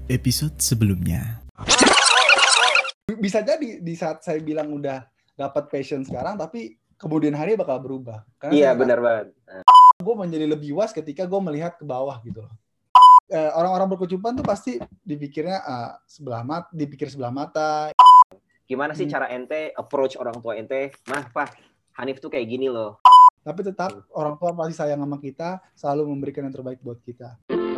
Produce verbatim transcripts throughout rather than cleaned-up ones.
episode sebelumnya. Bisa jadi di saat saya bilang udah dapat passion sekarang, tapi kemudian hari bakal berubah. Karena iya benar banget. Gue menjadi lebih was ketika gue melihat ke bawah gitu loh. Eh, orang-orang berkecupan tuh pasti dipikirnya uh, sebelah mata, dipikir sebelah mata. Gimana sih hmm. cara ente approach orang tua ente? Mah, Pak, Hanif tuh kayak gini loh. Tapi tetap hmm. orang tua pasti sayang sama kita, selalu memberikan yang terbaik buat kita.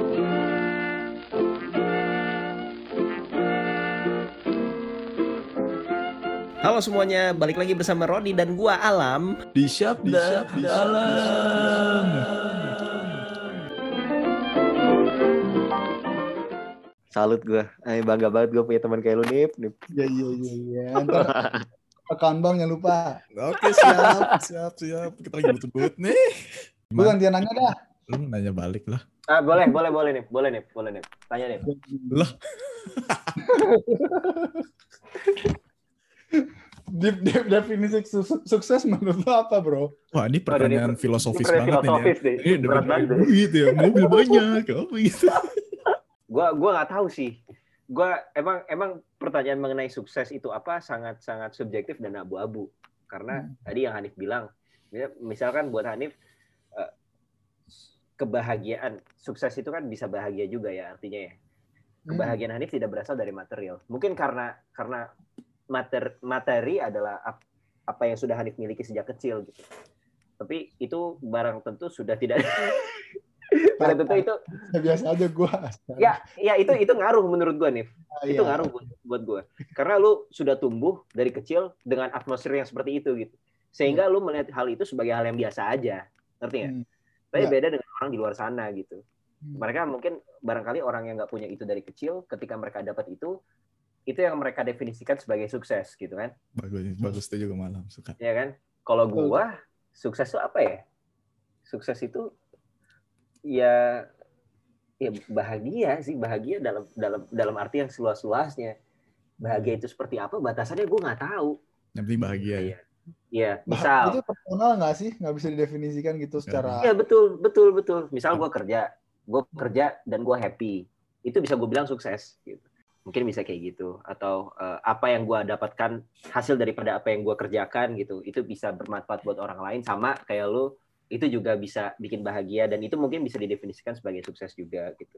Halo semuanya, balik lagi bersama Rodi dan gua Alam di Syabda Alam. Salut gua, Ay, bangga banget gua punya teman kayak lu Nip. Nip. Iya iya iya iya. Rekan Bang jangan lupa. Oke siap siap siap. Kita lagi butuh duit nih. Lu gantian nanya dah. Lu nanya balik lah. Ah boleh boleh boleh Nip, boleh Nip, boleh Nip. Tanya Nip. Lah. Definisi sukses menurut lo apa, bro? Wah, ini pertanyaan Aduh, filosofis ini banget filosofis ini. Ya. Ini berat banget. Duit ya, mobil banyak, apa gitu. Gua gua nggak tahu sih. Gua emang emang pertanyaan mengenai sukses itu apa sangat sangat subjektif dan abu-abu. Karena hmm. tadi yang Hanif bilang, misalkan buat Hanif kebahagiaan, sukses itu kan bisa bahagia juga ya artinya ya. Kebahagiaan Hanif tidak berasal dari material. Mungkin karena karena Materi, materi adalah apa yang sudah Hanif miliki sejak kecil gitu. Tapi itu barang tentu sudah tidak. Barang tentu itu. Biasa aja gue. Ya, ya itu itu ngaruh menurut gue Nif. Ah, itu iya. ngaruh buat, buat gue. Karena lu sudah tumbuh dari kecil dengan atmosfer yang seperti itu gitu. Sehingga hmm. lu melihat hal itu sebagai hal yang biasa aja, ngerti nggak? Hmm. Tapi ya. beda dengan orang di luar sana gitu. Hmm. Mereka mungkin barangkali orang yang nggak punya itu dari kecil, ketika mereka dapat itu. Itu yang mereka definisikan sebagai sukses gitu kan. Bagus, bagus itu juga malam suka. Ya kan? Kalau gua sukses itu apa ya? Sukses itu ya ya bahagia sih, bahagia dalam dalam dalam arti yang seluas-luasnya. Bahagia itu seperti apa? Batasannya gua nggak tahu. Yang penting bahagia ya. Iya, misal itu personal nggak sih? Nggak bisa didefinisikan gitu secara. Iya betul, betul, betul. Misal gua kerja, gua kerja dan gua happy. Itu bisa gua bilang sukses gitu. Mungkin bisa kayak gitu, atau uh, apa yang gue dapatkan hasil daripada apa yang gue kerjakan gitu, itu bisa bermanfaat buat orang lain, sama kayak lu itu juga bisa bikin bahagia, dan itu mungkin bisa didefinisikan sebagai sukses juga gitu.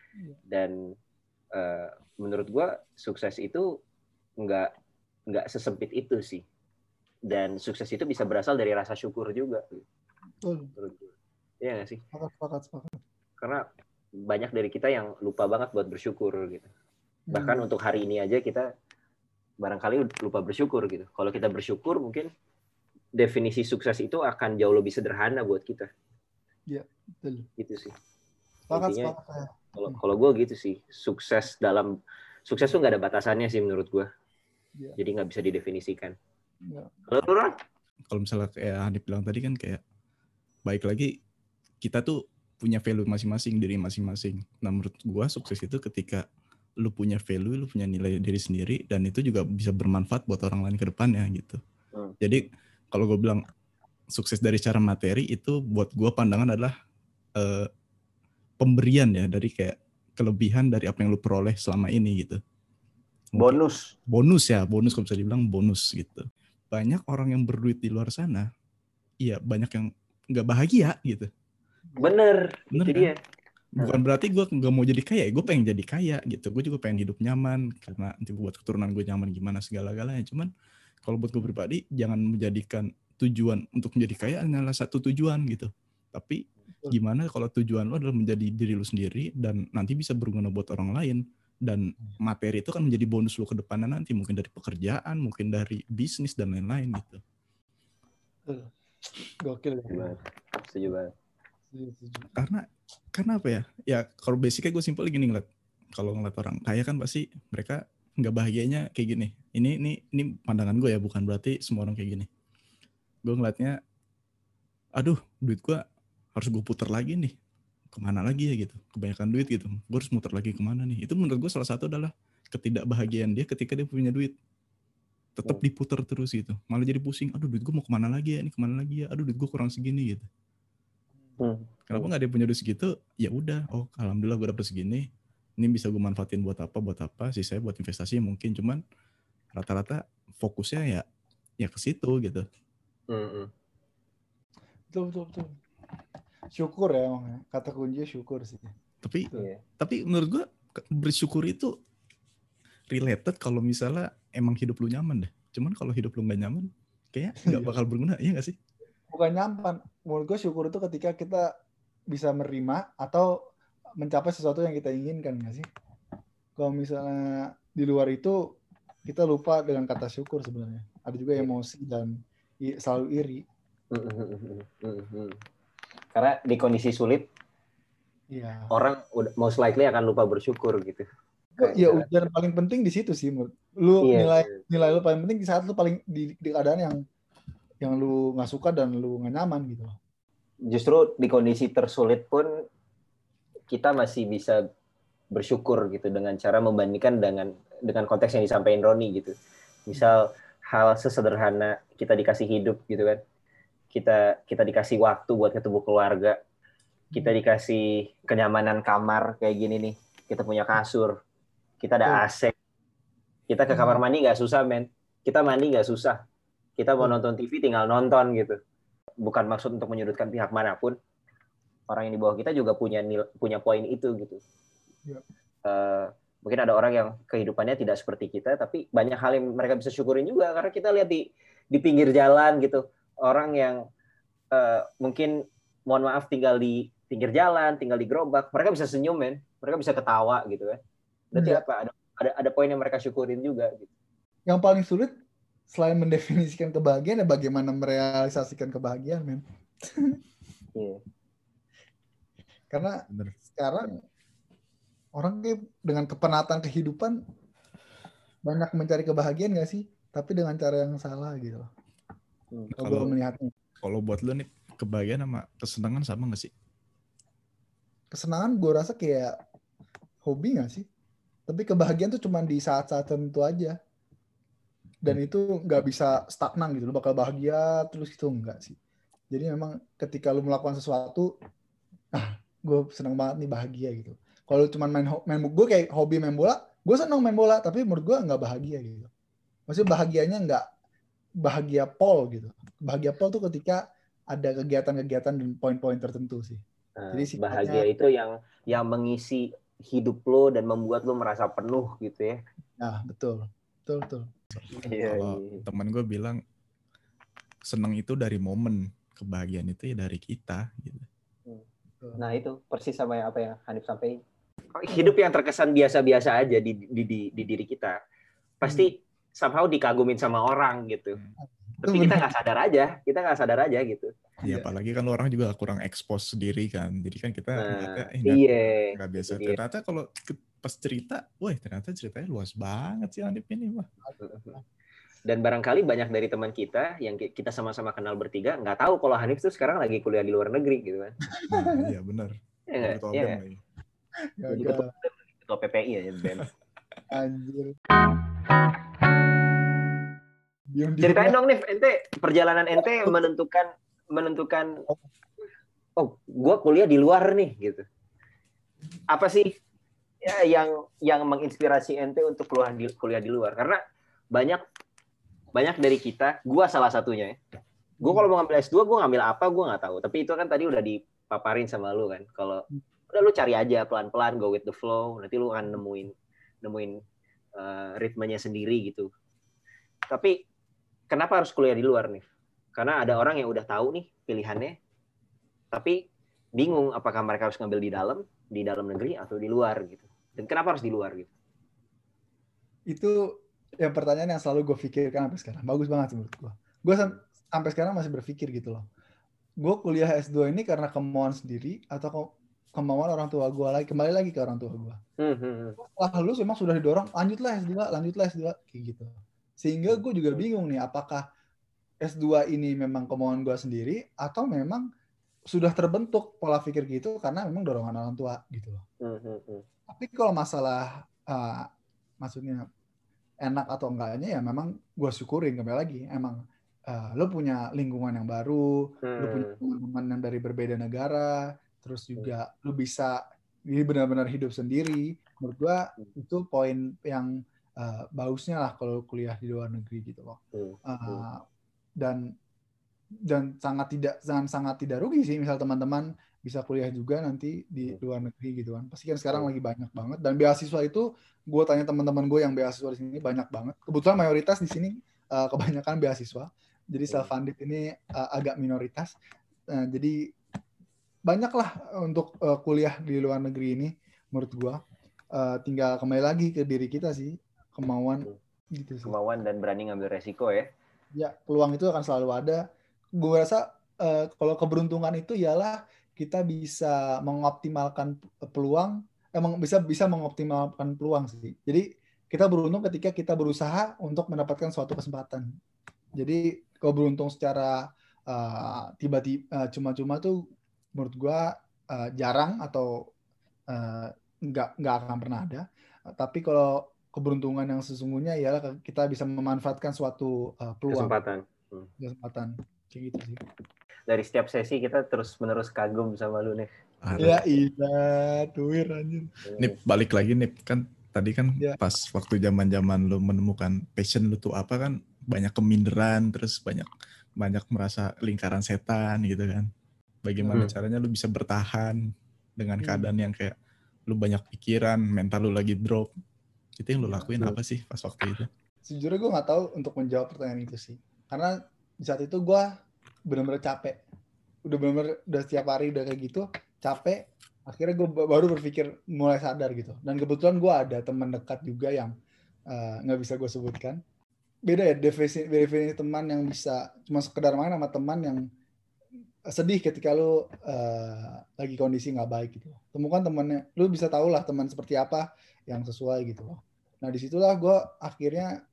Dan uh, menurut gue sukses itu nggak nggak sesempit itu sih, dan sukses itu bisa berasal dari rasa syukur juga. Betul. Menurut gue, iya nggak sih? Sepakat, sepakat, sepakat. Karena banyak dari kita yang lupa banget buat bersyukur gitu. Bahkan hmm. untuk hari ini aja kita barangkali lupa bersyukur gitu. Kalau kita bersyukur mungkin definisi sukses itu akan jauh lebih sederhana buat kita. Iya, betul. Gitu sih. Sepakat, Intinya, sepakat. Kalau kalau gue gitu sih, sukses dalam sukses tuh nggak ada batasannya sih menurut gue. Ya. Jadi nggak bisa didefinisikan. Ya. Kalau lu Ron? Kalau misalnya kayak Hanif bilang tadi kan kayak baik lagi kita tuh punya value masing-masing, diri masing-masing. Nah menurut gue sukses itu ketika lu punya value, lu punya nilai diri sendiri, dan itu juga bisa bermanfaat buat orang lain ke depannya gitu. Hmm. Jadi kalau gue bilang sukses dari cara materi itu buat gue pandangan adalah uh, pemberian ya, dari kayak kelebihan dari apa yang lu peroleh selama ini gitu. Mungkin, bonus. Bonus ya, bonus kalau bisa dibilang bonus gitu. Banyak orang yang berduit di luar sana, iya banyak yang nggak bahagia gitu. Bener, Bener itu kan? dia. Bukan berarti gue gak mau jadi kaya, gue pengen jadi kaya gitu. Gue juga pengen hidup nyaman, karena nanti buat keturunan gue nyaman gimana segala-galanya. Cuman kalau buat gue pribadi, jangan menjadikan tujuan untuk menjadi kaya adalah satu tujuan gitu. Tapi gimana kalau tujuan lo adalah menjadi diri lo sendiri, dan nanti bisa berguna buat orang lain. Dan materi itu kan menjadi bonus lo ke depannya nanti. Mungkin dari pekerjaan, mungkin dari bisnis, dan lain-lain gitu. Gokil. Setuju banget. Karena karena apa ya? Ya kalau basicnya gue simpel gini ngeliat. Kalau ngeliat orang kaya kan pasti mereka nggak bahagianya kayak gini. Ini ini ini pandangan gue ya, bukan berarti semua orang kayak gini. Gue ngeliatnya, aduh duit gue harus gue putar lagi nih. Kemana lagi ya gitu? Kebanyakan duit gitu. Gue harus muter lagi kemana nih? Itu menurut gue salah satu adalah ketidakbahagiaan dia ketika dia punya duit. Tetap diputar terus gitu. Malah jadi pusing. Aduh duit gue mau kemana lagi ya? Ini kemana lagi ya? Aduh duit gue kurang segini gitu. Hmm. Kenapa nggak dia punya duit segitu? Ya udah, oh alhamdulillah gue dapet segini, ini bisa gue manfaatin buat apa, buat apa, sisanya buat investasi mungkin, cuman rata-rata fokusnya ya ya ke situ gitu. Mm-mm. Betul, betul, betul. Syukur ya emang. Kata kuncinya syukur sih. Tapi Iya. tapi menurut gue bersyukur itu related kalau misalnya emang hidup lu nyaman deh. Cuman kalau hidup lu nggak nyaman, kayaknya nggak bakal berguna, iya nggak sih? Bukan nyaman. Menurut gue syukur itu ketika kita bisa menerima atau mencapai sesuatu yang kita inginkan, nggak sih? Kalau misalnya di luar itu kita lupa dengan kata syukur sebenarnya. Ada juga emosi dan selalu iri. Karena di kondisi sulit, ya. orang udah most likely akan lupa bersyukur gitu. Ya ujian paling penting di situ sih, menurut lu. Iya, nilai iya. nilai lu paling penting di saat lu paling di, di keadaan yang yang lu nggak suka dan lu nggak nyaman gitu. Justru di kondisi tersulit pun kita masih bisa bersyukur gitu dengan cara membandingkan dengan dengan konteks yang disampaikan Roni gitu. Misal hal sesederhana kita dikasih hidup gitu kan. Kita kita dikasih waktu buat ketemu keluarga. Kita dikasih kenyamanan kamar kayak gini nih. Kita punya kasur. Kita ada A C. Kita ke kamar mandi nggak susah, men. Kita mandi nggak susah. Kita mau nonton T V tinggal nonton gitu. Bukan maksud untuk menyudutkan pihak manapun. Orang yang di bawah kita juga punya nil, punya poin itu gitu. Ya. Uh, mungkin ada orang yang kehidupannya tidak seperti kita, tapi banyak hal yang mereka bisa syukurin juga. Karena kita lihat di di pinggir jalan gitu, orang yang uh, mungkin mohon maaf tinggal di pinggir jalan, tinggal di gerobak, mereka bisa senyum, men. Mereka bisa ketawa gitu kan. Berarti ya. apa? Ada ada ada poin yang mereka syukurin juga gitu. Yang paling sulit selain mendefinisikan kebahagiaan ya bagaimana merealisasikan kebahagiaan, men. Yeah. Karena Bener. sekarang orang dengan kepenatan kehidupan banyak mencari kebahagiaan nggak sih? Tapi dengan cara yang salah gitu. Hmm. Kalau melihatnya. Kalau buat lu nih kebahagiaan sama kesenangan sama nggak sih? Kesenangan gue rasa kayak hobi nggak sih? Tapi kebahagiaan tuh cuma di saat-saat tertentu aja. Dan itu nggak bisa stagnan gitu. Lu bakal bahagia terus gitu, enggak sih. Jadi memang ketika lu melakukan sesuatu, ah gue senang banget nih bahagia gitu. Kalau cuma main, main gue kayak hobi main bola, gue senang main bola, tapi menurut gue nggak bahagia gitu. Maksudnya bahagianya nggak bahagia pol gitu. Bahagia pol tuh ketika ada kegiatan-kegiatan dan poin-poin tertentu sih. Nah, jadi sifatnya, bahagia itu yang yang mengisi hidup lo dan membuat lo merasa penuh gitu ya. Nah betul, betul betul. Yeah, kalau yeah. Teman gue bilang senang itu dari momen, kebahagiaan itu ya dari kita gitu. Nah itu persis sama yang apa yang Hanif sampaikan. Hidup yang terkesan biasa-biasa aja di, di, di, di diri kita pasti hmm. somehow dikagumin sama orang gitu. Tapi kita nggak sadar aja, kita nggak sadar aja gitu. Ya apalagi kan orang juga kurang expose sendiri kan, jadi kan kita nah, ngeliatnya eh, iya, nggak biasa. Iya. Ternyata kalau pas cerita, wah ternyata ceritanya luas banget sih Hanif ini mah. Dan barangkali banyak dari teman kita yang kita sama-sama kenal bertiga nggak tahu kalau Hanif tuh sekarang lagi kuliah di luar negeri gitu kan. Nah, iya benar. Iya, ketua iya. B E M lagi. Jadi ketua, ketua P P I ya B E M. Anjir. Ceritain dong Nif, ente perjalanan ente menentukan menentukan oh, gua kuliah di luar nih gitu. Apa sih ya yang yang menginspirasi ente untuk kuliah di kuliah di luar? Karena banyak banyak dari kita, gua salah satunya ya. Gua kalau mau ngambil S dua, gua ngambil apa gua nggak tahu. Tapi itu kan tadi udah dipaparin sama lu kan. Kalau udah lu cari aja pelan-pelan, go with the flow, nanti lu akan nemuin nemuin uh, ritmenya sendiri gitu. Tapi kenapa harus kuliah di luar nih? Karena ada orang yang udah tahu nih pilihannya, tapi bingung apakah mereka harus ngambil di dalam, di dalam negeri atau di luar gitu. Dan kenapa harus di luar gitu? Itu yang pertanyaan yang selalu gue pikirkan sampai sekarang. Bagus banget menurut gue. Gue sampai sekarang masih berpikir gitu loh. Gue kuliah S dua ini karena kemauan sendiri atau kemauan orang tua gue lagi, kembali lagi ke orang tua gue. Hmm. Setelah lulus memang sudah didorong, lanjutlah S dua, lanjutlah S dua, kayak gitu. Sehingga gue juga bingung nih, apakah S dua ini memang kemauan gue sendiri atau memang sudah terbentuk pola pikir gitu karena memang dorongan orang tua gitu loh. Hmm. Tapi kalau masalah uh, maksudnya enak atau enggaknya ya memang gue syukurin kembali lagi. Emang uh, lo punya lingkungan yang baru, hmm. lo punya lingkungan yang dari berbeda negara, terus juga hmm. lo bisa Jadi benar-benar hidup sendiri. Menurut gua itu poin yang uh, bagusnya lah kalau kuliah di luar negeri gitu loh. Uh, dan dan sangat tidak sangat sangat tidak rugi sih misal teman-teman bisa kuliah juga nanti di luar negeri gitu kan. Pasti kan sekarang lagi banyak banget, dan beasiswa itu gue tanya teman-teman gue yang beasiswa di sini banyak banget. Kebetulan mayoritas di sini uh, kebanyakan beasiswa. Jadi self funded ini uh, agak minoritas. Uh, jadi banyaklah untuk uh, kuliah di luar negeri ini menurut gue. Uh, tinggal kembali lagi ke diri kita sih, kemauan gitu sih. Kemauan dan berani ngambil resiko ya. Ya, peluang itu akan selalu ada. Gue rasa uh, kalau keberuntungan itu ialah kita bisa mengoptimalkan peluang, emang bisa bisa mengoptimalkan peluang sih. Jadi kita beruntung ketika kita berusaha untuk mendapatkan suatu kesempatan. Jadi kalau beruntung secara uh, tiba-tiba uh, cuma-cuma tuh menurut gue uh, jarang atau uh, nggak nggak akan pernah ada. Uh, tapi kalau keberuntungan yang sesungguhnya ialah kita bisa memanfaatkan suatu uh, peluang. Kesempatan. Hmm. Kesempatan. Kayak gitu sih. Dari setiap sesi kita terus menerus kagum sama lu nih. Ya iya, tuir anjir. Nih balik lagi nih, kan tadi kan ya. Pas waktu zaman-zaman lu menemukan passion lu tuh apa kan, banyak keminderan, terus banyak banyak merasa lingkaran setan gitu kan. Bagaimana hmm. caranya lu bisa bertahan dengan keadaan hmm. yang kayak lu banyak pikiran, mental lu lagi drop. Itu yang lu lakuin ya, apa sih pas waktu itu? Sejujurnya gue nggak tahu untuk menjawab pertanyaan itu sih, karena di saat itu gue benar-benar capek, udah benar-benar udah setiap hari udah kayak gitu capek. Akhirnya gue baru berpikir mulai sadar gitu. Dan kebetulan gue ada teman dekat juga yang nggak uh, bisa gue sebutkan. Beda ya definisi, definisi teman yang bisa cuma sekedar main sama teman yang sedih ketika lu uh, lagi kondisi nggak baik gitu. Temukan temannya, lu bisa tahu lah teman seperti apa yang sesuai gitu loh. Nah disitulah gue akhirnya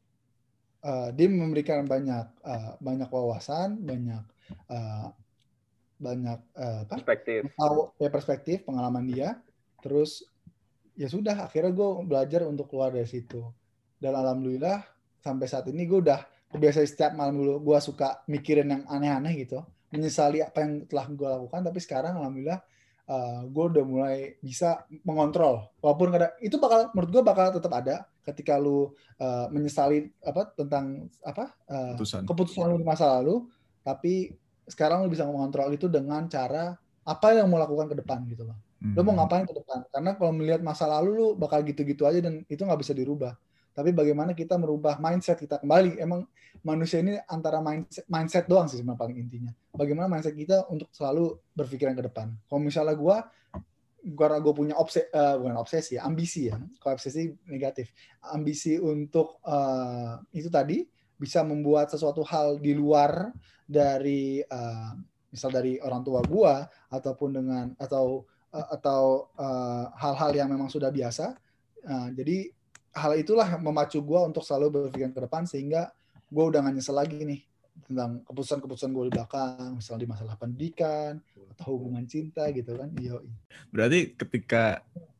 uh, dia memberikan banyak uh, banyak wawasan, banyak uh, banyak uh, perspektif, tahu ya perspektif pengalaman dia. Terus ya sudah akhirnya gue belajar untuk keluar dari situ. Dan alhamdulillah sampai saat ini gue udah biasa setiap malam dulu gue suka mikirin yang aneh-aneh gitu, menyesali apa yang telah gue lakukan. Tapi sekarang alhamdulillah Uh, gue udah mulai bisa mengontrol, walaupun kadang itu bakal menurut gue bakal tetap ada ketika lu uh, menyesali apa tentang apa uh, keputusan lu di masa lalu, tapi sekarang lu bisa mengontrol itu dengan cara apa yang mau lakukan ke depan gitu loh. Hmm. Lu mau ngapain ke depan? Karena kalau melihat masa lalu lu bakal gitu-gitu aja dan itu nggak bisa dirubah. Tapi bagaimana kita merubah mindset kita kembali? Emang manusia ini antara mindset, mindset doang sih sebenarnya paling intinya. Bagaimana mindset kita untuk selalu berpikiran ke depan. Kalau misalnya gue, karena gue punya obsesi, uh, bukan obsesi ya, ambisi ya. Kalau obsesi negatif. Ambisi untuk uh, itu tadi bisa membuat sesuatu hal di luar dari, uh, misal dari orang tua gue ataupun dengan atau uh, atau uh, hal-hal yang memang sudah biasa. Uh, jadi hal itulah yang memacu gue untuk selalu berpikir ke depan, sehingga gue udah gak nyesel lagi nih tentang keputusan-keputusan gue di belakang, misalnya di masalah pendidikan atau hubungan cinta gitu kan. Iya. Berarti ketika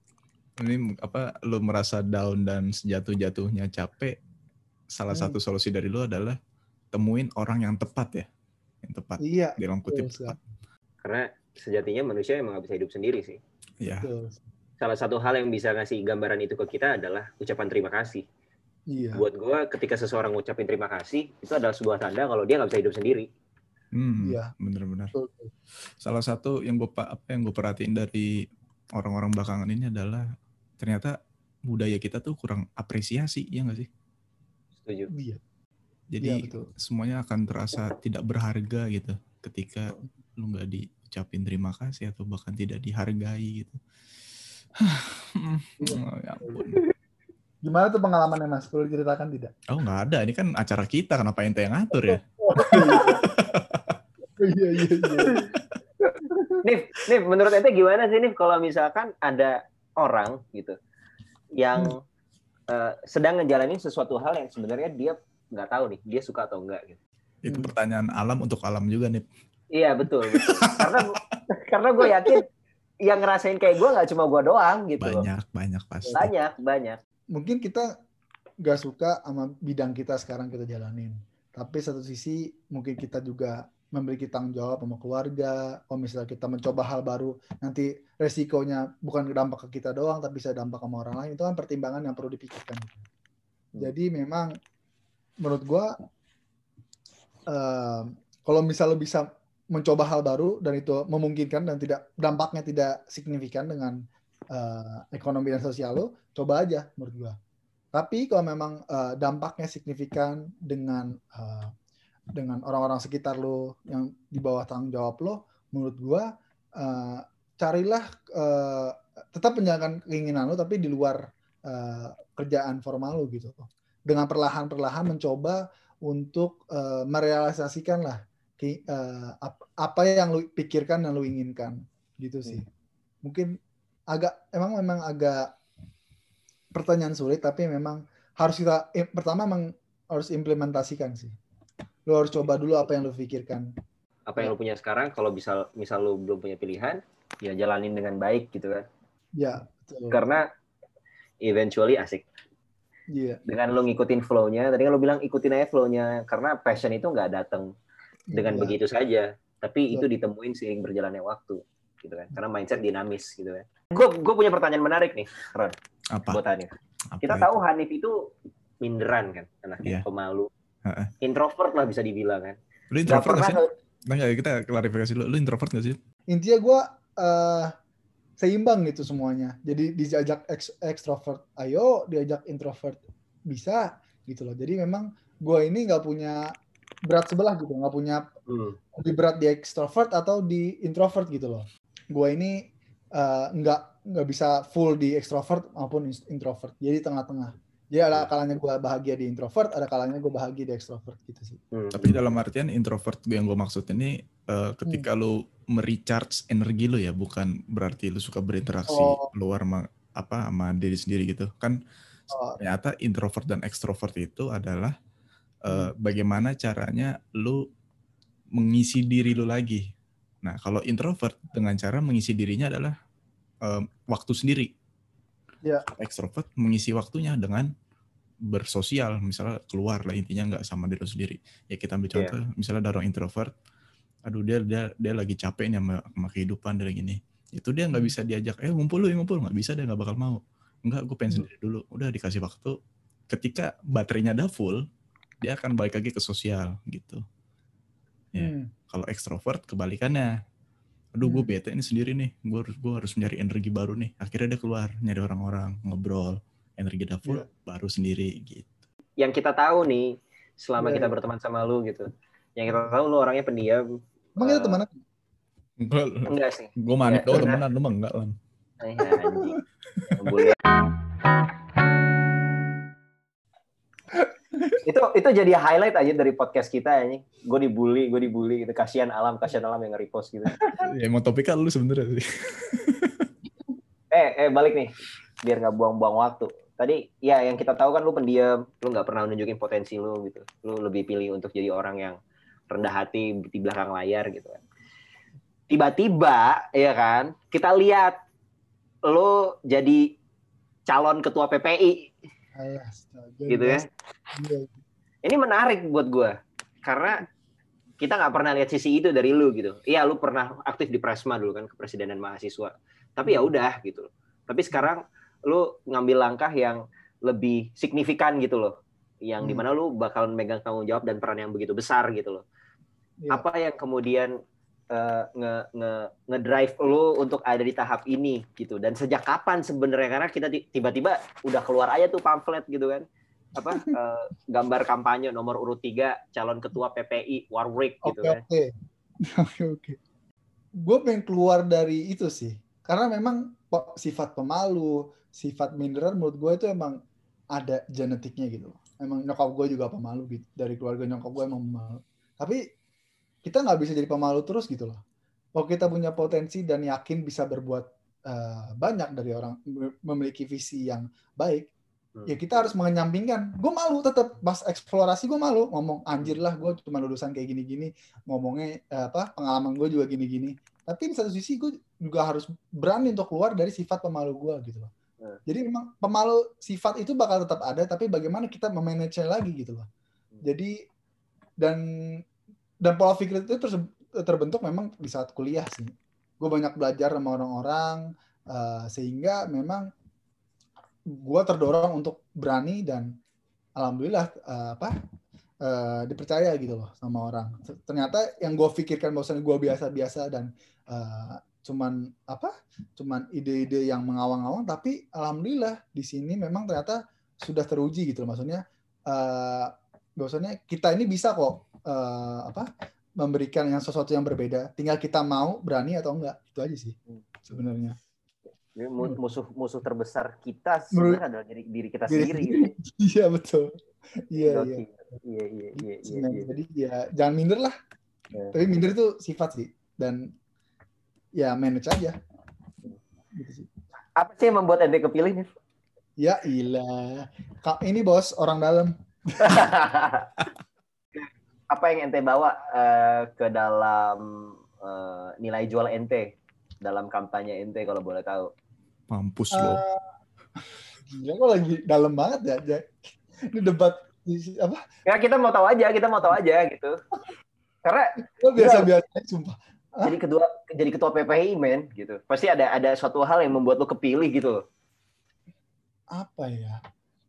ini apa lu merasa down dan sejatuh-jatuhnya capek, salah hmm. satu solusi dari lu adalah temuin orang yang tepat ya, yang tepat. Iya. Dalam kutip tepat. Karena sejatinya manusia emang gak bisa hidup sendiri sih. Iya. Salah satu hal yang bisa ngasih gambaran itu ke kita adalah ucapan terima kasih. Iya. Buat gue, ketika seseorang ngucapin terima kasih, itu adalah sebuah tanda kalau dia nggak bisa hidup sendiri. Hmm, iya. Benar-benar. Salah satu yang gue apa yang gue perhatiin dari orang-orang belakangan ini adalah ternyata budaya kita tuh kurang apresiasi, ya nggak sih? Setuju. Iya. Jadi ya, betul. Semuanya akan terasa tidak berharga gitu ketika lu nggak diucapin terima kasih atau bahkan tidak dihargai gitu. Oh, ya ampun. Gimana tuh pengalamannya Mas? Perlu diceritakan tidak? Oh nggak ada, ini kan acara kita, kenapa ente yang ngatur ya? Iya iya iya. Nif, Nif, menurut ente gimana sih Nif kalau misalkan ada orang gitu yang hmm. uh, sedang ngejalanin sesuatu hal yang sebenarnya dia nggak tahu nih, dia suka atau enggak gitu. Itu hmm. pertanyaan alam untuk alam juga Nif. Iya betul, betul. karena karena gue yakin yang ngerasain kayak gue nggak cuma gue doang gitu. Banyak, loh. banyak pasti. Banyak, banyak. Mungkin kita nggak suka sama bidang kita sekarang kita jalanin. Tapi satu sisi mungkin kita juga memiliki tanggung jawab sama keluarga. Kalau misalnya kita mencoba hal baru, nanti resikonya bukan dampak ke kita doang, tapi bisa dampak sama orang lain. Itu kan pertimbangan yang perlu dipikirkan. Jadi memang menurut gue, uh, kalau misalnya lo bisa mencoba hal baru dan itu memungkinkan dan tidak dampaknya tidak signifikan dengan uh, ekonomi dan sosial lo, coba aja menurut gue. Tapi kalau memang uh, dampaknya signifikan dengan uh, dengan orang-orang sekitar lo yang di bawah tanggung jawab lo, menurut gue uh, carilah uh, tetap menjalankan keinginan lo tapi di luar uh, kerjaan formal lo gitu. Dengan perlahan-perlahan mencoba untuk uh, merealisasikan lah ki, uh, ap, apa yang lu pikirkan dan lu inginkan gitu sih. Mungkin agak emang memang agak pertanyaan sulit, tapi memang harus kita eh, pertama memang harus implementasikan sih. Lu harus coba dulu apa yang lu pikirkan. Apa yang lu punya sekarang, kalau misal misal lu belum punya pilihan, ya jalanin dengan baik gitu kan. Ya, betul. Karena eventually asik. Iya. Dengan lo ngikutin flow-nya, tadi kan lo bilang ikutin aja flow-nya, karena passion itu nggak datang dengan Iya. begitu saja, tapi Betul. itu ditemuin seiring berjalannya waktu, gitu kan? Karena mindset dinamis, gitu kan? Gue gue punya pertanyaan menarik nih, Ron. Apa? Buat Hanif. Apa Kita itu? tahu Hanif itu minderan kan, anaknya Iya. pemalu, Ha-ha. introvert lah bisa dibilang kan. Lu Nggak introvert nggak pernah sih? Nggak, kita klarifikasi lu. Lu introvert nggak sih? Intinya gue uh, seimbang gitu semuanya. Jadi diajak ex- extrovert, ayo, diajak introvert bisa gitu loh. Jadi memang gue ini nggak punya berat sebelah gitu, nggak punya Hmm. lebih berat di extrovert atau di introvert gitu loh. Gue ini uh, nggak nggak bisa full di extrovert maupun introvert. Jadi tengah-tengah. Jadi ada kalanya gue bahagia di introvert, ada kalanya gue bahagia di extrovert gitu sih. Hmm. Tapi dalam artian introvert yang gue maksud ini uh, ketika hmm. lu merecharge energi lu ya, bukan berarti lu suka berinteraksi Oh. keluar sama apa sama diri sendiri gitu kan. Oh. Ternyata introvert dan extrovert itu adalah uh, hmm. bagaimana caranya lu mengisi diri lu lagi. Nah, kalau introvert dengan cara mengisi dirinya adalah uh, waktu sendiri. Ya. Extrovert mengisi waktunya dengan bersosial, misalnya keluar lah, intinya nggak sama diri lu sendiri. Ya kita ambil contoh, yeah. misalnya ada orang introvert, aduh dia dia dia lagi capek nih sama, sama kehidupan dia gini. Itu dia nggak hmm. bisa diajak, eh ngumpul lu, ngumpul, nggak bisa, dia nggak bakal mau. Enggak, gue pengen sendiri dulu. Udah dikasih waktu. Ketika baterainya udah full, dia akan balik lagi ke sosial gitu. Ya. Hmm. Kalau ekstrovert kebalikannya. Aduh, gue bete ini sendiri nih. Gue harus gue harus nyari energi baru nih. Akhirnya dia keluar, nyari orang-orang, ngobrol, energi udah full, yeah. baru sendiri gitu. Yang kita tahu nih, selama yeah, kita yeah. berteman sama lu gitu. Yang kita tahu lu orangnya pendiam. Emang uh, kita temenan? Enggak, enggak sih. Gue manip doang temenan, lu mah enggak lah. Eh, anjing. Boleh. itu itu jadi highlight aja dari podcast kita ini. Gue dibully, gue dibully gitu. Kasihan alam, kasihan alam yang nge-repost gitu. Ya emang topiknya lu sebenarnya sih. eh, eh balik nih. Biar nggak buang-buang waktu. Tadi ya yang kita tahu kan lu pendiam, lu nggak pernah nunjukin potensi lu gitu. Lu lebih pilih untuk jadi orang yang rendah hati di belakang layar gitu kan. Tiba-tiba ya kan, kita lihat lu jadi calon ketua P P I. Alas, gitu ya. Ini menarik buat gue karena kita nggak pernah lihat sisi itu dari lu gitu. Iya, lu pernah aktif di Presma dulu kan, kepresidenan mahasiswa. Tapi ya udah gitu. Tapi sekarang lu ngambil langkah yang lebih signifikan gitu loh, yang hmm. dimana lu bakal megang tanggung jawab dan peran yang begitu besar gitu loh. Ya. Apa yang kemudian uh, nge nge ngedrive lu untuk ada di tahap ini gitu, dan sejak kapan sebenarnya, karena kita tiba-tiba udah keluar aja tuh pamflet gitu kan, apa uh, gambar kampanye nomor urut tiga calon ketua P P I Warwick gitu okay, kan. Oke oke oke. Gue pengen keluar dari itu sih, karena memang sifat pemalu, sifat minderan menurut gue itu emang ada genetiknya gitu. Emang nyokap gue juga pemalu gitu, dari keluarga nyokap gue emang pemalu. Tapi kita nggak bisa jadi pemalu terus gitu loh. Kalau kita punya potensi dan yakin bisa berbuat uh, banyak dari orang memiliki visi yang baik, hmm. ya kita harus mengenyampingkan. Gue malu tetap pas eksplorasi, gue malu ngomong anjir lah, gue cuma lulusan kayak gini-gini, ngomongnya uh, apa pengalaman gue juga gini-gini. Tapi di satu sisi gue juga harus berani untuk keluar dari sifat pemalu gue gitu loh. Hmm. Jadi memang pemalu sifat itu bakal tetap ada, tapi bagaimana kita memanage lagi gitu loh. Hmm. Jadi dan dan pola pikir itu terus terbentuk memang di saat kuliah sih. Gue banyak belajar sama orang-orang uh, sehingga memang gue terdorong untuk berani dan alhamdulillah uh, apa uh, dipercaya gitu loh sama orang. Ternyata yang gue pikirkan bahwasannya gue biasa-biasa dan uh, cuman apa cuman ide-ide yang mengawang-awang, tapi alhamdulillah di sini memang ternyata sudah teruji gitu loh. Maksudnya uh, bahwasanya kita ini bisa kok uh, apa memberikan yang sesuatu yang berbeda, tinggal kita mau berani atau enggak, itu aja sih sebenarnya. Musuh musuh terbesar kita sebenarnya adalah diri, diri kita sendiri gitu. Iya betul. Iya iya. Iya iya iya iya. Jadi ya jangan minder lah. Ya. Tapi minder itu sifat sih, dan ya manage aja. Gitu sih. Apa sih yang membuat ente kepilih nih? Ya ilah. Ini bos orang dalam. Apa yang ente bawa uh, ke dalam uh, nilai jual ente dalam kampanye ente kalau boleh tahu? Mampus uh, lo. Gila kok lagi dalam banget ya. Ini debat apa? Ya kita mau tahu aja, kita mau tahu aja gitu. Karena biasa-biasa sumpah. Jadi ketua jadi ketua P P I men gitu. Pasti ada ada suatu hal yang membuat lo kepilih gitu loh. Apa ya?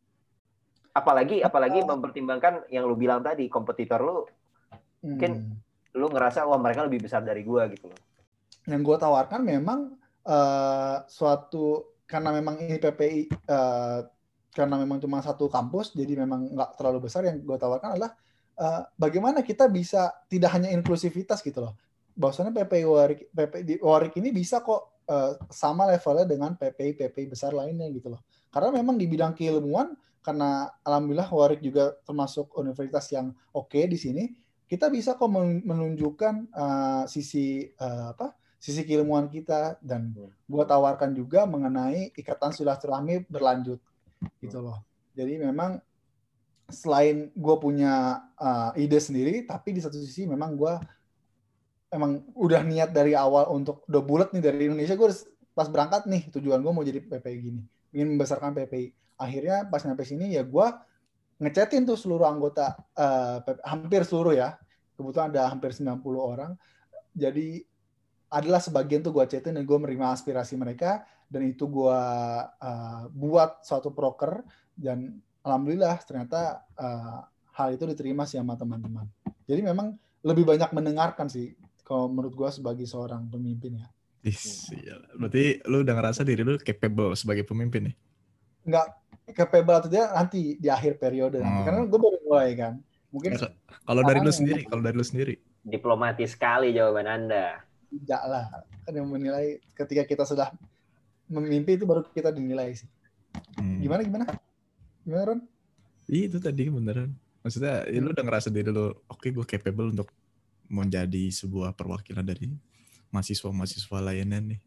Apalagi apalagi uh, mempertimbangkan yang lu bilang tadi, kompetitor lu hmm. mungkin lu ngerasa wah mereka lebih besar dari gua gitu loh. Yang gua tawarkan memang uh, suatu karena memang ini P P I uh, karena memang cuma satu kampus, jadi memang nggak terlalu besar. Yang gua tawarkan adalah uh, bagaimana kita bisa tidak hanya inklusivitas gitu loh. Bahwasannya P P I Warik P P I di Warik ini bisa kok uh, sama levelnya dengan P P I P P I besar lainnya gitu loh. Karena memang di bidang keilmuan, karena alhamdulillah Warik juga termasuk universitas yang oke okay di sini, kita bisa kok menunjukkan uh, sisi uh, apa sisi keilmuan kita, dan gua tawarkan juga mengenai ikatan silaturahmi berlanjut gitu loh. Jadi memang selain gue punya uh, ide sendiri, tapi di satu sisi memang gue emang udah niat dari awal untuk udah bulat nih dari Indonesia. Gue pas berangkat nih tujuan gue mau jadi P P I gini, ingin membesarkan P P I. Akhirnya pas nyampe sini ya gue ngechatin tuh seluruh anggota, uh, hampir seluruh ya, kebetulan ada hampir sembilan puluh orang. Jadi adalah sebagian tuh gue chatin dan gue menerima aspirasi mereka, dan itu gue uh, buat suatu proker, dan alhamdulillah ternyata uh, hal itu diterima sih sama teman-teman. Jadi memang lebih banyak mendengarkan sih kalau menurut gue sebagai seorang pemimpin ya. Is, iya. Berarti lu udah ngerasa diri lu capable sebagai pemimpin nih? Enggak capable atau tidak nanti di akhir periode nanti. Hmm. Karena gue baru mulai kan. Mungkin ya, kalau dari lu sendiri, kalau dari lu sendiri. Diplomatis sekali jawaban Anda. Tidak lah. Kan yang menilai ketika kita sudah memimpin itu baru kita dinilai sih. Hmm. Gimana gimana? Gimana Ron? Iya itu tadi beneran. Maksudnya hmm. ya lu udah ngerasa diri lu oke okay, gue capable untuk menjadi sebuah perwakilan dari mahasiswa-mahasiswa lainnya nih.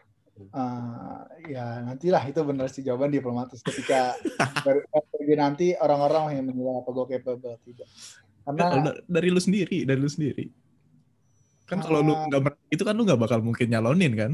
Uh, ya nantilah itu benar sih jawaban diplomatis ketika baru nanti orang-orang yang menilai apa gue capable tidak. Karena ya, dari lu sendiri, dari lu sendiri. Kan uh, kalau lu nggak itu kan lu nggak bakal mungkin nyalonin kan?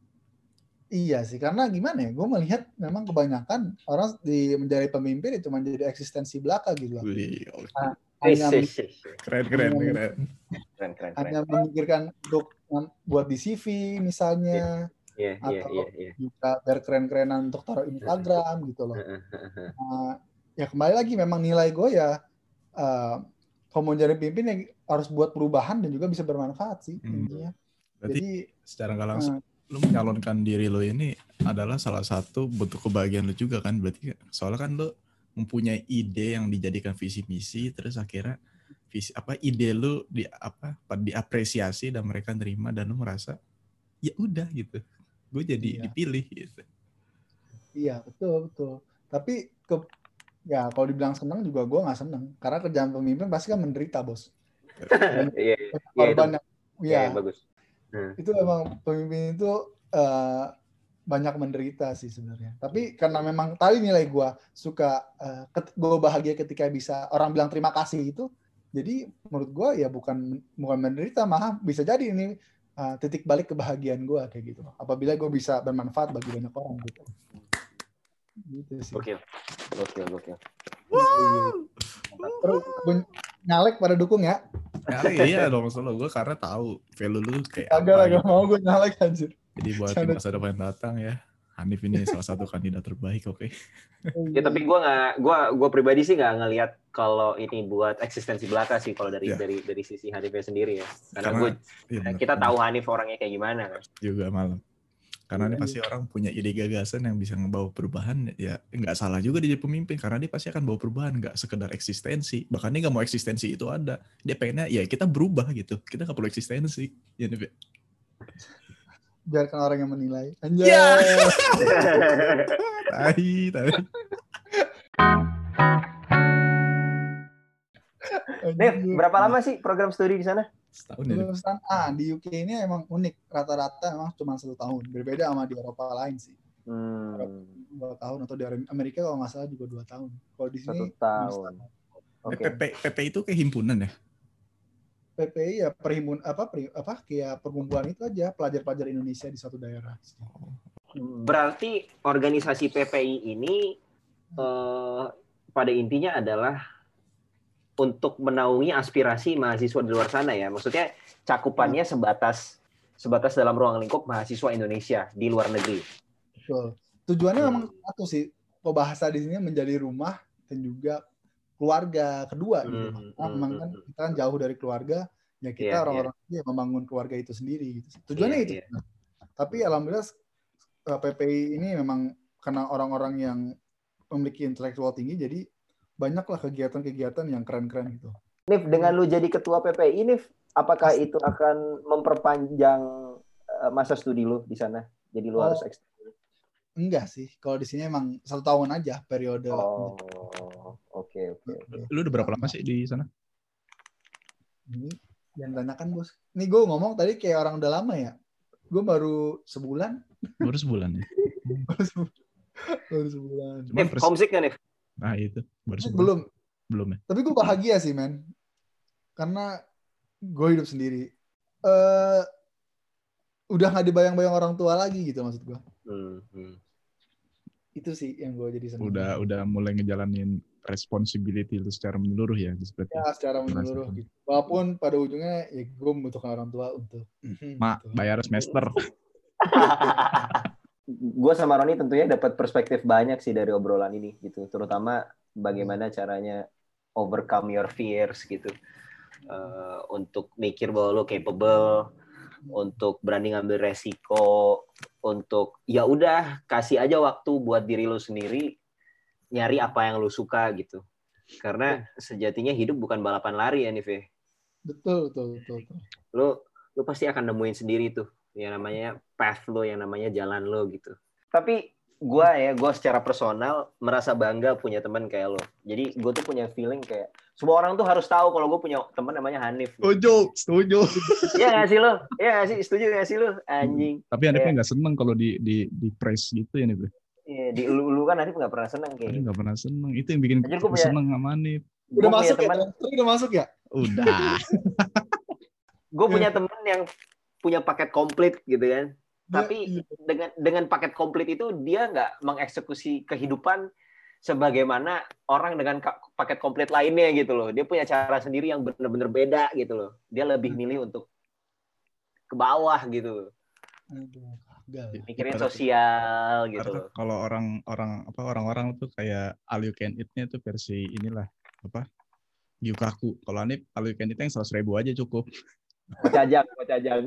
Iya sih, karena gimana ya, gue melihat memang kebanyakan orang di menjadi pemimpin itu menjadi eksistensi belaka gitu loh. Wih, okay. Nah, hanya keren, keren, hanya, keren. Keren, keren, hanya keren. Memikirkan untuk buat di C V misalnya, yeah, yeah, atau yeah, yeah. juga biar keren-kerenan untuk taruh Instagram gitu loh. Nah, ya kembali lagi memang nilai gue ya, uh, kalau mau jadi pemimpin ya harus buat perubahan dan juga bisa bermanfaat sih hmm. intinya. Berarti jadi secara nggak langsung uh, lu menyalonkan diri lo ini adalah salah satu bentuk kebahagiaan lo juga kan, berarti soalnya kan lo mempunyai ide yang dijadikan visi misi, terus akhirnya visi apa ide lo di apa diapresiasi dan mereka terima, dan lo merasa ya udah gitu, gue jadi iya. dipilih gitu. Iya betul betul. Tapi ke, ya kalau dibilang senang juga gue nggak senang, karena kerjaan pemimpin pasti kan menderita bos. Iya korban yang iya bagus. Hmm. Itu memang pemimpin itu uh, banyak menderita sih sebenarnya. Tapi karena memang tadi nilai gue suka, uh, gue bahagia ketika bisa orang bilang terima kasih itu. Jadi menurut gue ya bukan bukan menderita, malah bisa jadi ini uh, titik balik kebahagiaan gue kayak gitu. Apabila gue bisa bermanfaat bagi banyak orang gitu. Gitu sih. Oke, oke, oke. Terus nyalek pada dukung ya. Ya, iya dong, selalu gue karena tahu value lu kayak Agak apa lah, gak gitu. mau gue nyalek anjir. Jadi buat di masa depan datang ya, Hanif ini salah satu kandidat terbaik, oke. Okay? Ya tapi gue nggak, gue gue pribadi sih nggak ngelihat kalau ini buat eksistensi belaka sih kalau dari Ya. dari dari sisi Hanifnya sendiri ya. Karena, Karena gue ya bener, kita bener. tahu Hanif orangnya kayak gimana kan. Juga malam. Karena ini Iya. pasti orang punya ide gagasan yang bisa ngebawa perubahan, ya nggak salah juga dia jadi pemimpin, karena dia pasti akan bawa perubahan, nggak sekedar eksistensi. Bahkan dia nggak mau eksistensi itu ada, dia pengennya ya kita berubah gitu, kita nggak perlu eksistensi. Ya, Nif. Biarkan orang yang menilai. Anjay. Ya. Tai, tai. Nev, berapa lama sih program studi di sana? Setahun ya. Nif? Lulusan A di U K ini emang unik, rata-rata emang cuma satu tahun. Berbeda sama di Eropa lain sih. Hmm, Dua tahun, atau di Amerika kalau nggak salah juga dua tahun. Kalau di sini satu tahun. Eh, Oke. P P, P P itu kayak himpunan ya? P P I ya perhimpun apa per, apa kayak perkumpulan itu aja pelajar-pelajar Indonesia di suatu daerah. Berarti organisasi P P I ini eh, pada intinya adalah untuk menaungi aspirasi mahasiswa di luar sana ya. Maksudnya cakupannya sebatas sebatas dalam ruang lingkup mahasiswa Indonesia di luar negeri. Betul. Tujuannya Hmm. memang satu sih, kok bahasa di sini menjadi rumah dan juga keluarga kedua gitu. Hmm, Karena memang kan hmm, kita kan jauh dari keluarga, ya kita Iya, orang-orang yang membangun keluarga itu sendiri gitu. Tujuannya Iya, itu. iya. Tapi alhamdulillah eh, P P I ini memang karena orang-orang yang memiliki intelektual tinggi, jadi banyaklah kegiatan-kegiatan yang keren-keren gitu. Nif, dengan lu jadi ketua P P I, Nif, apakah itu akan memperpanjang eh, masa studi lu di sana? Jadi lu Oh. harus eksternal. Enggak sih, kalau di sini emang satu tahun aja periode. Oh, oke, oke. Lu udah berapa lama sih di sana? Ini yang tanyakan bos. Ini gue ngomong tadi kayak orang udah lama ya. Gue baru sebulan. Baru sebulan ya? baru sebulan. Baru sebulan. Cuman Nif, pres- homesick nggak, Nif? Nah itu, baru sebulan. Belum. Belum ya? Tapi gue bahagia sih, men. Karena gue hidup sendiri. Eh udah nggak dibayang-bayang orang tua lagi gitu maksud gue. Hmm, hmm. Itu sih yang gue jadi senang. Udah udah mulai ngejalanin responsibility itu secara menyeluruh ya, seperti. Ya, secara menyeluruh gitu. Walaupun pada ujungnya ya gue membutuhkan orang tua untuk Mak, gitu. bayar semester. Gue sama Roni tentunya dapat perspektif banyak sih dari obrolan ini gitu, terutama bagaimana caranya overcome your fears gitu, uh, untuk mikir bahwa lo capable, untuk berani ngambil resiko, untuk ya udah kasih aja waktu buat diri lo sendiri nyari apa yang lo suka gitu, karena sejatinya hidup bukan balapan lari ya Nif. Betul, betul, betul, betul. Lo lo pasti akan nemuin sendiri tuh yang namanya path lo, yang namanya jalan lo gitu. Tapi gue ya, gue secara personal merasa bangga punya teman kayak lo. Jadi gue tuh punya feeling kayak semua orang tuh harus tahu kalau gue punya teman namanya Hanif. Setuju, setuju. Iya nggak sih lo? Iya nggak sih? Setuju nggak sih lo? Anjing. Tapi Hanifnya nggak seneng kalau di di di praise gitu ya nih, Bro. Iya, di lu lu kan Hanif nggak pernah seneng kayak Hanif gitu. nggak pernah seneng. Itu yang bikin Anjir, aku gua punya- seneng sama Hanif. Udah Gua punya masuk teman, ya? Tapi udah masuk ya? Udah. gue punya teman yang punya paket komplit gitu kan. Tapi Iya. dengan dengan paket komplit itu dia nggak mengeksekusi kehidupan sebagaimana orang dengan ka- paket komplit lainnya gitu loh. Dia punya cara sendiri yang benar-benar beda gitu loh. Dia lebih milih untuk ke bawah gitu. Aduh, gagal. Mikirnya Ibarat- sosial gitu Karena loh. kalau orang-orang apa orang-orang tuh kayak all you can eat-nya tuh versi inilah apa Gyukaku. Kalau Hanif all you can eat yang seratus ribu aja cukup. Kocajang, kocajang.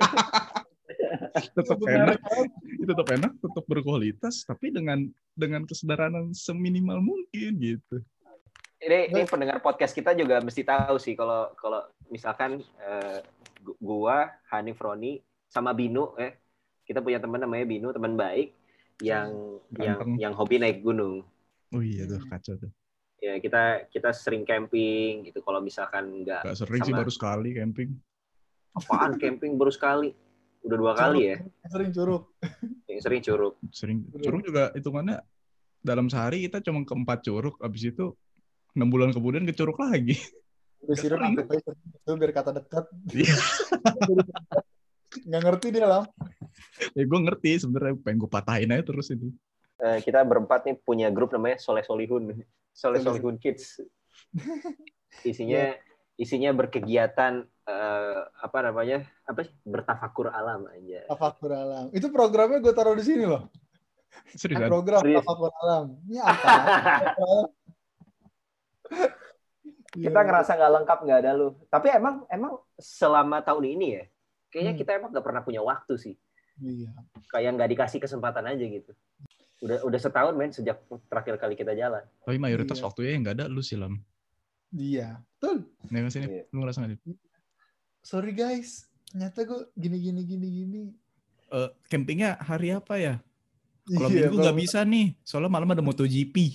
Tetap enak, itu tetap enak, tetap berkualitas, tapi dengan dengan kesederhanaan seminimal mungkin gitu. Ini, ini pendengar podcast kita juga mesti tahu sih kalau kalau misalkan eh, gu- gua, Hanif, Roni sama Binu, eh kita punya teman namanya Binu, teman baik yang yang Ganteng. yang hobi naik gunung. Oh iya tuh kacau tuh. Ya kita kita sering camping gitu. Kalau misalkan nggak Gak sering sih, sama- baru sekali camping. apaan camping baru sekali, udah dua kali ya. Sering curug. Yang sering curug. Sering curug juga hitungannya dalam sehari kita cuma ke empat curug, abis itu enam bulan kemudian ke curug lagi. Udah sirup sering. sampai itu biar kata dekat. Iya. Nggak ngerti dia lah. Ya gue ngerti sebenarnya, pengen gue patahin aja terus ini. Eh, kita berempat nih punya grup namanya Soleh Solihun, Soleh Solihun Kids. Isinya isinya berkegiatan uh, apa namanya apa sih bertafakur alam aja. Tafakur alam. Itu programnya gue taruh di sini loh. Seriusan? Program Serius? Tafakur alam. Ini apa? Kita ngerasa nggak lengkap nggak ada lu. Tapi emang emang selama tahun ini ya, kayaknya Hmm. kita emang nggak pernah punya waktu sih. Iya. Kayak nggak dikasih kesempatan aja gitu. Udah udah setahun men sejak terakhir kali kita jalan. Tapi mayoritas Iya. waktunya yang nggak ada lu sih, Lam. Iya. Betul. Nih nggak sih, Nip? Iya. Lu ngerasa nggak, Nip? Sorry guys. Ternyata gue gini gini gini gini. Eh, campingnya hari apa ya? Kalau Iya, minggu nggak bisa nih, soalnya malam ada MotoGP.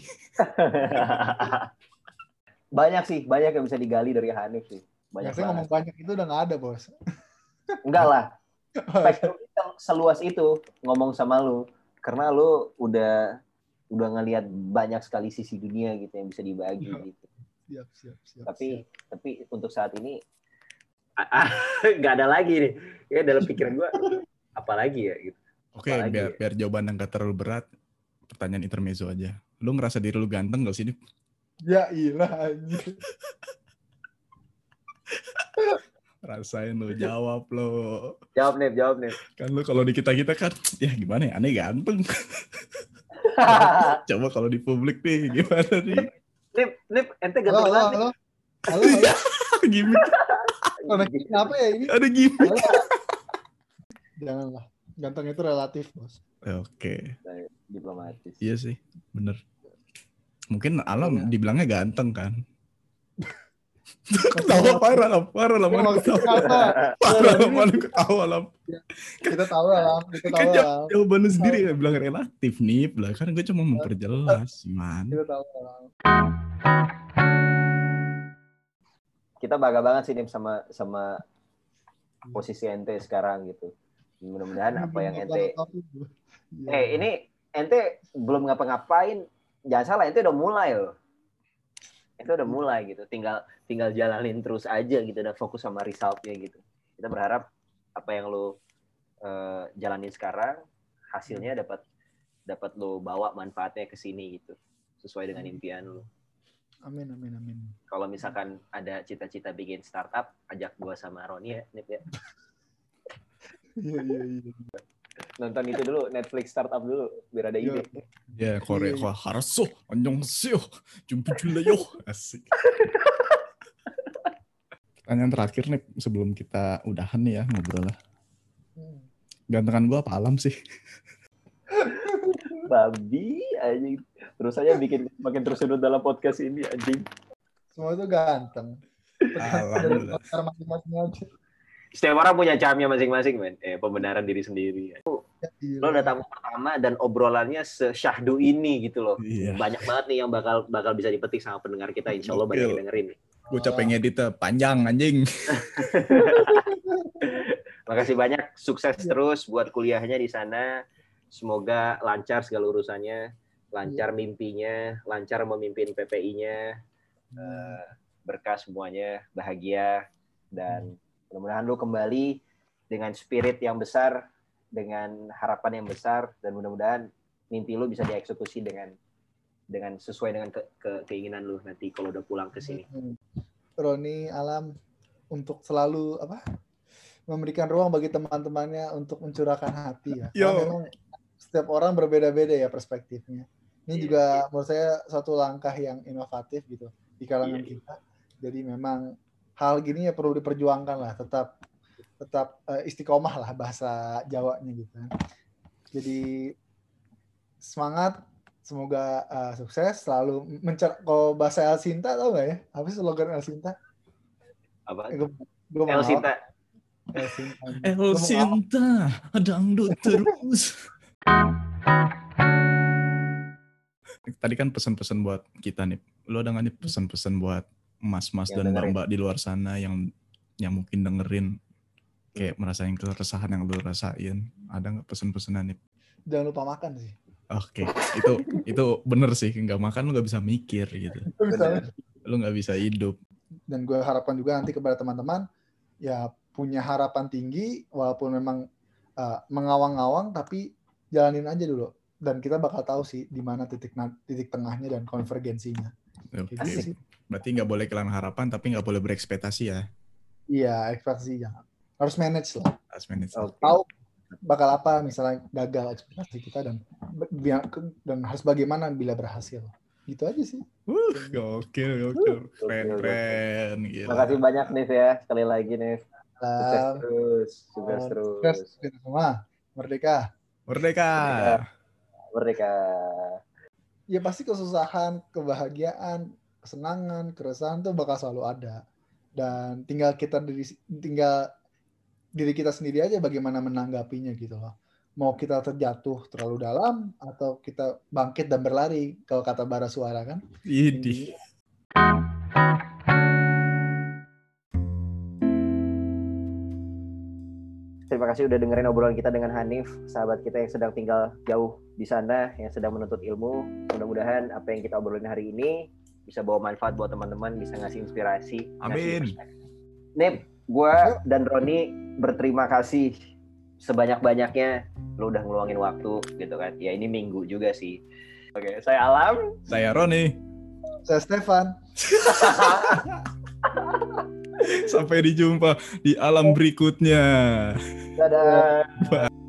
Banyak sih, banyak yang bisa digali dari Hanif sih. Banyak Biasanya ngomong banget. banyak itu udah nggak ada bos. Enggak lah. Spektrum kita seluas itu ngomong sama lu. Karena lu udah udah ngelihat banyak sekali sisi dunia gitu yang bisa dibagi Iya. gitu. Siap siap siap. Tapi siap. tapi untuk saat ini nggak ada lagi nih. Ya dalam pikiran gua apa lagi ya gitu. Oke, Apalagi biar ya? biar jawaban yang gak terlalu berat, pertanyaan intermezzo aja. Lu ngerasa diri lu ganteng gak sih, Nip? Ya ilah anjir. Rasain lu, jawab lo. Jawab nih, jawab nih. Kan lu kalau di kita-kita kan, ya gimana ya, aneh ganteng. Coba kalau di publik nih, gimana nih? Nip, Nip, ente Halo ganteng halo banget. halo. Halo halo. Gimik, Koneksi apa ya ini? ada gimik. Halo. Janganlah. Ganteng itu relatif bos. Oke, Diplomatis. iya sih, bener. Mungkin Alam Iya. dibilangnya ganteng kan? Ketawa parah lah, parah lah, mana Maksudnya ketawa. apa? Parah lah, mana ketawa lah. Kita tahu lah, kita tahu Kan lah. jawab- jawaban lu sendiri ya bilang relatif nih, lah kan gue cuma memperjelas, man. Kita tahu lah. Kita bangga banget sih Nip sama sama posisi ente sekarang gitu. Mudah-mudahan apa yang ente Iya. eh ini ente belum ngapa-ngapain, jangan salah ente udah mulai loh. Ente udah mulai gitu, tinggal tinggal jalanin terus aja gitu, udah fokus sama resultnya gitu. Kita berharap apa yang lo eh, jalanin sekarang hasilnya dapat dapat lo bawa manfaatnya ke sini gitu, sesuai dengan impian lo. Amin amin amin. Kalau misalkan ada cita-cita bikin startup, ajak gua sama Roni ya, Nip ya. Iya iya iya. Nonton itu dulu, Netflix startup dulu biar ada ide. Ya, Korea, wah, harasso, annyeonghaseyo, jumpa yo, asik. Pertanyaan terakhir nih, sebelum kita udahan nih ya ngobrol lah. Hmm. Gantengan gue apa Alam sih? Babi anjing. Terus aja bikin makin tersudut dalam podcast ini anjing. Semua itu ganteng. Alhamdulillah. Dari masing-masing aja. Setiap orang punya camnya masing-masing, men. Eh, pembenaran diri sendiri. Ya, gila. Lo udah tamu pertama dan obrolannya sesyahdu ini gitu loh. Iya. Banyak banget nih yang bakal bakal bisa dipetik sama pendengar kita. Insya Allah banyak yang dengerin. Gue capek ngeditnya panjang anjing. Makasih banyak. Sukses terus buat kuliahnya di sana. Semoga lancar segala urusannya. Lancar mimpinya. Lancar memimpin P P I-nya. Uh, berkah semuanya. Bahagia. Dan mudah-mudahan lu kembali dengan spirit yang besar, dengan harapan yang besar, dan mudah-mudahan mimpi lu bisa dieksekusi dengan dengan sesuai dengan ke, ke, keinginan lu nanti kalau udah pulang ke sini. Roni, Alam, untuk selalu apa memberikan ruang bagi teman-temannya untuk mencurahkan hati ya. Yo. Karena memang setiap orang berbeda-beda ya perspektifnya. Ini Iya, juga iya. menurut saya satu langkah yang inovatif gitu di kalangan Iya, iya. kita. Jadi memang hal gini ya perlu diperjuangkan lah, tetap tetap uh, istiqomah lah bahasa Jawanya gitu kan. Jadi semangat, semoga uh, sukses selalu mencer. Kalau bahasa El Sinta tau nggak ya? Apa sih slogan El Sinta? Apa? Eh, Gue gue El Sinta. El Sinta. El Gua mau Sinta, dangdut terus. Tadi kan pesan-pesan buat kita nih. Lo ada nggak nih pesan-pesan buat mas-mas Yang dan dengerin. mbak-mbak di luar sana yang yang mungkin dengerin kayak merasain keresahan yang lo rasain? Ada nggak pesan-pesan nih? Jangan lupa makan sih. Oke, itu itu bener sih. Nggak makan lo nggak bisa mikir gitu. Itu bisa. Lo nggak bisa hidup. Dan gue harapkan juga nanti kepada teman-teman ya punya harapan tinggi walaupun memang uh, mengawang-awang tapi jalanin aja dulu dan kita bakal tahu sih di mana titik titik tengahnya dan konvergensinya. Oke. Asik. Berarti nggak boleh kehilangan harapan, tapi nggak boleh berekspektasi ya. Iya, ekspektasi jangan. Harus manage lah. As manager. Oke. Tahu bakal apa misalnya gagal ekspektasi kita dan dan harus bagaimana bila berhasil. Gitu aja sih. Uh, gokil, gokil. Keren, gokil. keren. Gila. Makasih banyak Nif ya, sekali lagi Nif. Sukses Salam. terus, sukses Sukses terus. kita semua. Merdeka. Merdeka. Merdeka. Ya pasti kesusahan, kebahagiaan, kesenangan, keresahan tuh bakal selalu ada. Dan tinggal kita diri tinggal diri kita sendiri aja bagaimana menanggapinya gitu loh. Mau kita terjatuh terlalu dalam atau kita bangkit dan berlari kalau kata bara suara kan. Idih. Terima kasih udah dengerin obrolan kita dengan Hanif, sahabat kita yang sedang tinggal jauh di sana, yang sedang menuntut ilmu. Mudah-mudahan apa yang kita obrolin hari ini bisa bawa manfaat buat teman-teman, bisa ngasih inspirasi. Amin. Nip, gue dan Roni berterima kasih sebanyak-banyaknya lu udah ngeluangin waktu gitu kan. Ya ini minggu juga sih. Oke, saya Alam. Saya Roni. Saya Stefan. Sampai dijumpa di alam berikutnya. Dadah.